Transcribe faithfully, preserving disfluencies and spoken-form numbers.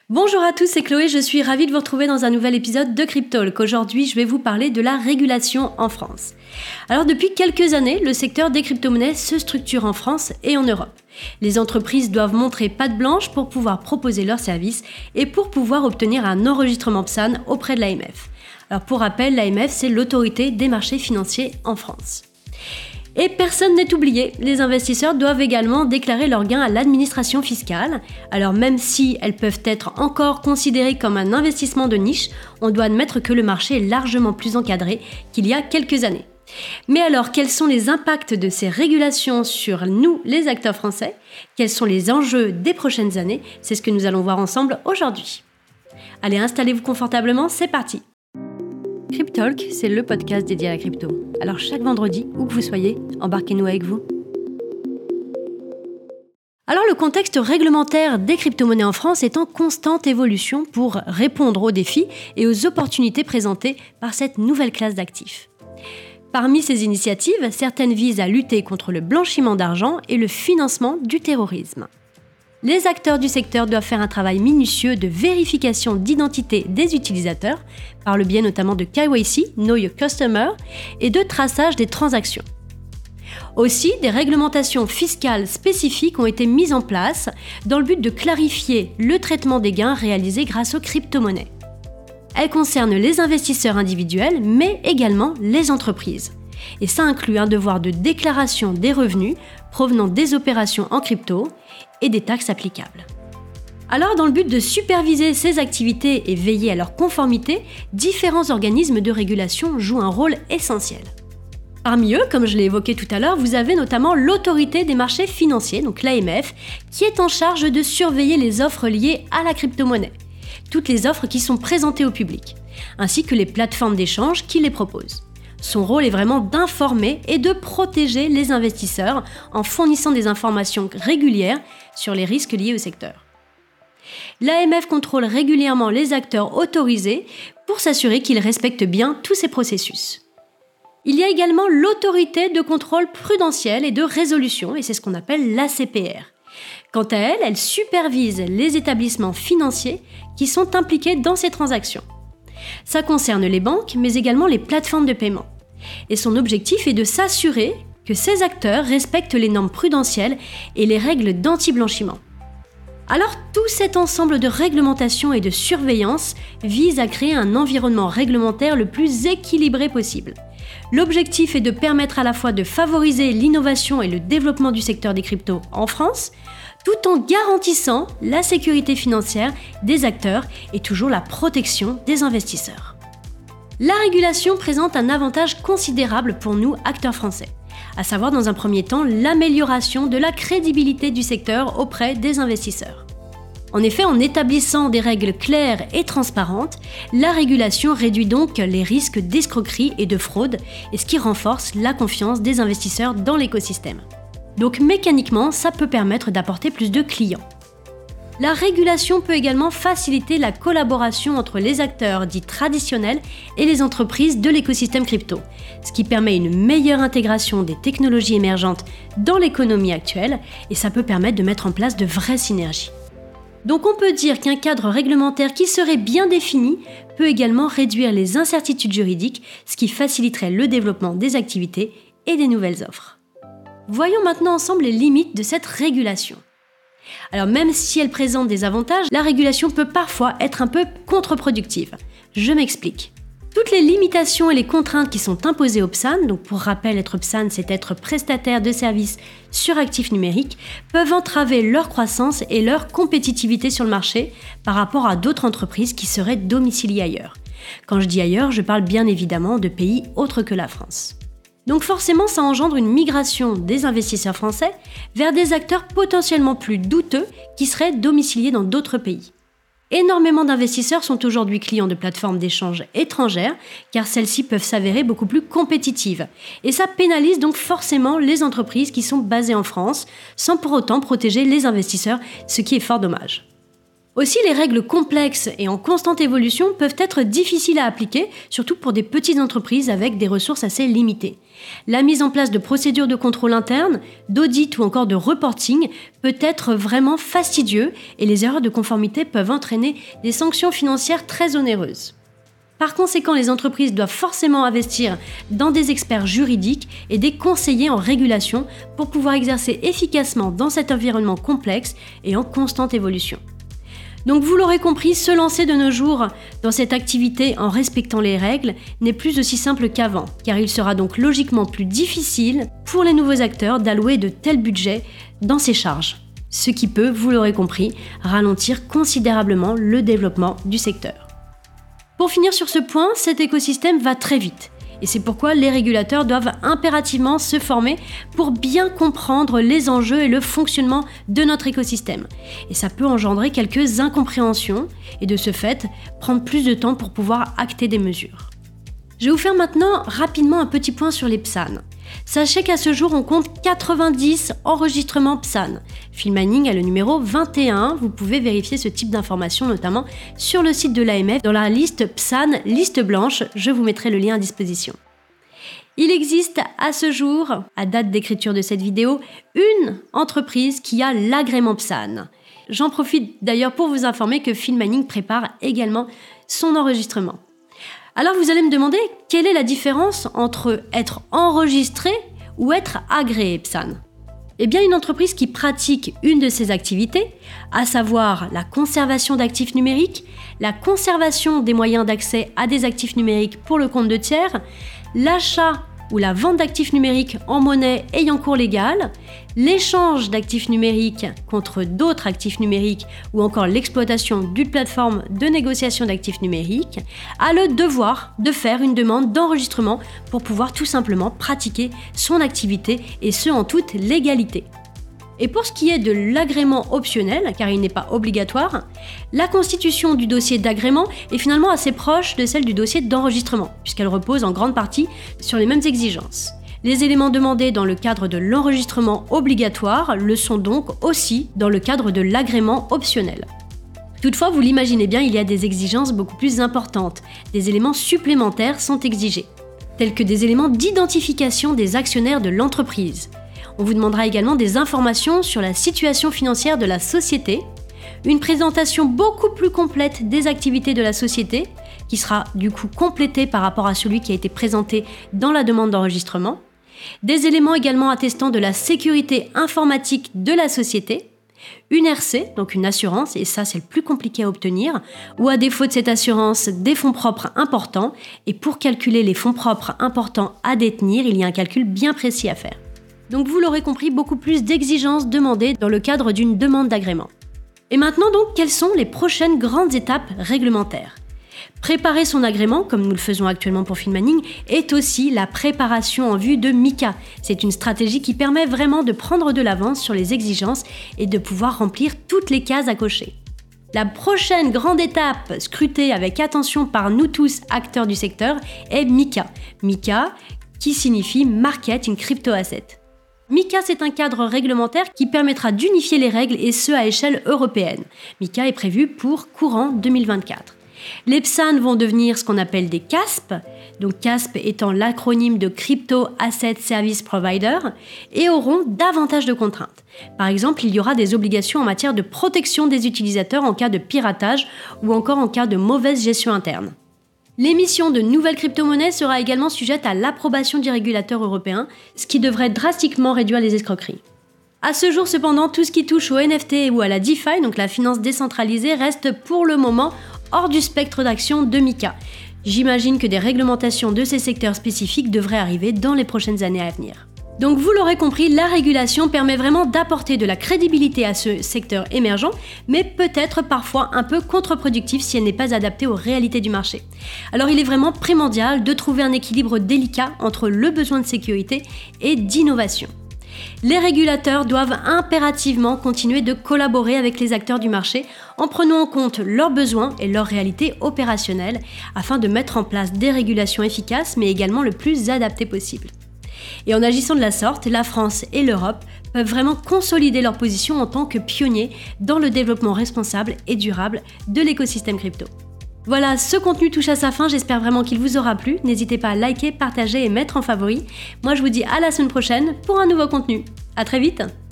Bonjour à tous, c'est Chloé, je suis ravie de vous retrouver dans un nouvel épisode de Cryptalk. Aujourd'hui, je vais vous parler de la régulation en France. Alors depuis quelques années, le secteur des crypto-monnaies se structure en France et en Europe. Les entreprises doivent montrer patte blanche pour pouvoir proposer leurs services et pour pouvoir obtenir un enregistrement P S A N auprès de l'A M F. Alors pour rappel, l'A M F, c'est l'autorité des marchés financiers en France. Et personne n'est oublié, les investisseurs doivent également déclarer leurs gains à l'administration fiscale. Alors même si elles peuvent être encore considérées comme un investissement de niche, on doit admettre que le marché est largement plus encadré qu'il y a quelques années. Mais alors, quels sont les impacts de ces régulations sur nous, les acteurs français ? Quels sont les enjeux des prochaines années ? C'est ce que nous allons voir ensemble aujourd'hui. Allez, installez-vous confortablement, c'est parti ! Cryptalk, c'est le podcast dédié à la crypto. Alors chaque vendredi, où que vous soyez, embarquez-nous avec vous. Alors le contexte réglementaire des crypto-monnaies en France est en constante évolution pour répondre aux défis et aux opportunités présentées par cette nouvelle classe d'actifs. Parmi ces initiatives, certaines visent à lutter contre le blanchiment d'argent et le financement du terrorisme. Les acteurs du secteur doivent faire un travail minutieux de vérification d'identité des utilisateurs, par le biais notamment de K Y C, Know Your Customer, et de traçage des transactions. Aussi, des réglementations fiscales spécifiques ont été mises en place dans le but de clarifier le traitement des gains réalisés grâce aux crypto-monnaies. Elles concernent les investisseurs individuels, mais également les entreprises. Et ça inclut un devoir de déclaration des revenus provenant des opérations en crypto et des taxes applicables. Alors, dans le but de superviser ces activités et veiller à leur conformité, différents organismes de régulation jouent un rôle essentiel. Parmi eux, comme je l'ai évoqué tout à l'heure, vous avez notamment l'autorité des marchés financiers, donc l'A M F, qui est en charge de surveiller les offres liées à la crypto-monnaie, toutes les offres qui sont présentées au public, ainsi que les plateformes d'échange qui les proposent. Son rôle est vraiment d'informer et de protéger les investisseurs en fournissant des informations régulières sur les risques liés au secteur. L'A M F contrôle régulièrement les acteurs autorisés pour s'assurer qu'ils respectent bien tous ces processus. Il y a également l'autorité de contrôle prudentiel et de résolution, et c'est ce qu'on appelle l'A C P R. Quant à elle, elle supervise les établissements financiers qui sont impliqués dans ces transactions. Ça concerne les banques, mais également les plateformes de paiement. Et son objectif est de s'assurer que ces acteurs respectent les normes prudentielles et les règles d'anti-blanchiment. Alors tout cet ensemble de réglementation et de surveillance vise à créer un environnement réglementaire le plus équilibré possible. L'objectif est de permettre à la fois de favoriser l'innovation et le développement du secteur des cryptos en France, tout en garantissant la sécurité financière des acteurs et toujours la protection des investisseurs. La régulation présente un avantage considérable pour nous, acteurs français, à savoir dans un premier temps l'amélioration de la crédibilité du secteur auprès des investisseurs. En effet, en établissant des règles claires et transparentes, la régulation réduit donc les risques d'escroquerie et de fraude, et ce qui renforce la confiance des investisseurs dans l'écosystème. Donc mécaniquement, ça peut permettre d'apporter plus de clients. La régulation peut également faciliter la collaboration entre les acteurs dits traditionnels et les entreprises de l'écosystème crypto, ce qui permet une meilleure intégration des technologies émergentes dans l'économie actuelle, et ça peut permettre de mettre en place de vraies synergies. Donc on peut dire qu'un cadre réglementaire qui serait bien défini peut également réduire les incertitudes juridiques, ce qui faciliterait le développement des activités et des nouvelles offres. Voyons maintenant ensemble les limites de cette régulation. Alors même si elle présente des avantages, la régulation peut parfois être un peu contre-productive. Je m'explique. Toutes les limitations et les contraintes qui sont imposées au P S A N, donc pour rappel, être P S A N, c'est être prestataire de services sur actifs numériques, peuvent entraver leur croissance et leur compétitivité sur le marché par rapport à d'autres entreprises qui seraient domiciliées ailleurs. Quand je dis ailleurs, je parle bien évidemment de pays autres que la France. Donc forcément, ça engendre une migration des investisseurs français vers des acteurs potentiellement plus douteux qui seraient domiciliés dans d'autres pays. Énormément d'investisseurs sont aujourd'hui clients de plateformes d'échange étrangères, car celles-ci peuvent s'avérer beaucoup plus compétitives. Et ça pénalise donc forcément les entreprises qui sont basées en France, sans pour autant protéger les investisseurs, ce qui est fort dommage. Aussi, les règles complexes et en constante évolution peuvent être difficiles à appliquer, surtout pour des petites entreprises avec des ressources assez limitées. La mise en place de procédures de contrôle interne, d'audit ou encore de reporting peut être vraiment fastidieux et les erreurs de conformité peuvent entraîner des sanctions financières très onéreuses. Par conséquent, les entreprises doivent forcément investir dans des experts juridiques et des conseillers en régulation pour pouvoir exercer efficacement dans cet environnement complexe et en constante évolution. Donc vous l'aurez compris, se lancer de nos jours dans cette activité en respectant les règles n'est plus aussi simple qu'avant, car il sera donc logiquement plus difficile pour les nouveaux acteurs d'allouer de tels budgets dans ces charges, ce qui peut, vous l'aurez compris, ralentir considérablement le développement du secteur. Pour finir sur ce point, cet écosystème va très vite. Et c'est pourquoi les régulateurs doivent impérativement se former pour bien comprendre les enjeux et le fonctionnement de notre écosystème. Et ça peut engendrer quelques incompréhensions et de ce fait, prendre plus de temps pour pouvoir acter des mesures. Je vais vous faire maintenant rapidement un petit point sur les P S A N. Sachez qu'à ce jour, on compte quatre-vingt-dix enregistrements P S A N. Filmmining a le numéro vingt et un. Vous pouvez vérifier ce type d'informations, notamment sur le site de l'A M F, dans la liste P S A N, liste blanche. Je vous mettrai le lien à disposition. Il existe à ce jour, à date d'écriture de cette vidéo, une entreprise qui a l'agrément P S A N. J'en profite d'ailleurs pour vous informer que Filmmining prépare également son enregistrement. Alors vous allez me demander quelle est la différence entre être enregistré ou être agréé P S A N. Eh bien, une entreprise qui pratique une de ces activités, à savoir la conservation d'actifs numériques, la conservation des moyens d'accès à des actifs numériques pour le compte de tiers, l'achat ou la vente d'actifs numériques en monnaie ayant cours légal, l'échange d'actifs numériques contre d'autres actifs numériques ou encore l'exploitation d'une plateforme de négociation d'actifs numériques, a le devoir de faire une demande d'enregistrement pour pouvoir tout simplement pratiquer son activité et ce en toute légalité. Et pour ce qui est de l'agrément optionnel, car il n'est pas obligatoire, la constitution du dossier d'agrément est finalement assez proche de celle du dossier d'enregistrement, puisqu'elle repose en grande partie sur les mêmes exigences. Les éléments demandés dans le cadre de l'enregistrement obligatoire le sont donc aussi dans le cadre de l'agrément optionnel. Toutefois, vous l'imaginez bien, il y a des exigences beaucoup plus importantes. Des éléments supplémentaires sont exigés, tels que des éléments d'identification des actionnaires de l'entreprise. On vous demandera également des informations sur la situation financière de la société, une présentation beaucoup plus complète des activités de la société, qui sera du coup complétée par rapport à celui qui a été présenté dans la demande d'enregistrement, des éléments également attestant de la sécurité informatique de la société, une R C, donc une assurance, et ça c'est le plus compliqué à obtenir, ou à défaut de cette assurance, des fonds propres importants, et pour calculer les fonds propres importants à détenir, il y a un calcul bien précis à faire. Donc vous l'aurez compris, beaucoup plus d'exigences demandées dans le cadre d'une demande d'agrément. Et maintenant donc, quelles sont les prochaines grandes étapes réglementaires ? Préparer son agrément, comme nous le faisons actuellement pour Filmmining, est aussi la préparation en vue de MiCA. C'est une stratégie qui permet vraiment de prendre de l'avance sur les exigences et de pouvoir remplir toutes les cases à cocher. La prochaine grande étape, scrutée avec attention par nous tous acteurs du secteur, est MiCA. MiCA qui signifie Market in Crypto Asset. MiCA, c'est un cadre réglementaire qui permettra d'unifier les règles et ce à échelle européenne. MiCA est prévu pour courant deux mille vingt-quatre. Les P S A N vont devenir ce qu'on appelle des C A S P, donc C A S P étant l'acronyme de Crypto Asset Service Provider, et auront davantage de contraintes. Par exemple, il y aura des obligations en matière de protection des utilisateurs en cas de piratage ou encore en cas de mauvaise gestion interne. L'émission de nouvelles crypto-monnaies sera également sujette à l'approbation du régulateur européen, ce qui devrait drastiquement réduire les escroqueries. À ce jour cependant, tout ce qui touche au N F T ou à la DeFi, donc la finance décentralisée, reste pour le moment hors du spectre d'action de MiCA. J'imagine que des réglementations de ces secteurs spécifiques devraient arriver dans les prochaines années à venir. Donc vous l'aurez compris, la régulation permet vraiment d'apporter de la crédibilité à ce secteur émergent, mais peut-être parfois un peu contre-productif si elle n'est pas adaptée aux réalités du marché. Alors il est vraiment primordial de trouver un équilibre délicat entre le besoin de sécurité et d'innovation. Les régulateurs doivent impérativement continuer de collaborer avec les acteurs du marché en prenant en compte leurs besoins et leurs réalités opérationnelles afin de mettre en place des régulations efficaces mais également le plus adaptées possible. Et en agissant de la sorte, la France et l'Europe peuvent vraiment consolider leur position en tant que pionniers dans le développement responsable et durable de l'écosystème crypto. Voilà, ce contenu touche à sa fin, j'espère vraiment qu'il vous aura plu. N'hésitez pas à liker, partager et mettre en favori. Moi je vous dis à la semaine prochaine pour un nouveau contenu. À très vite!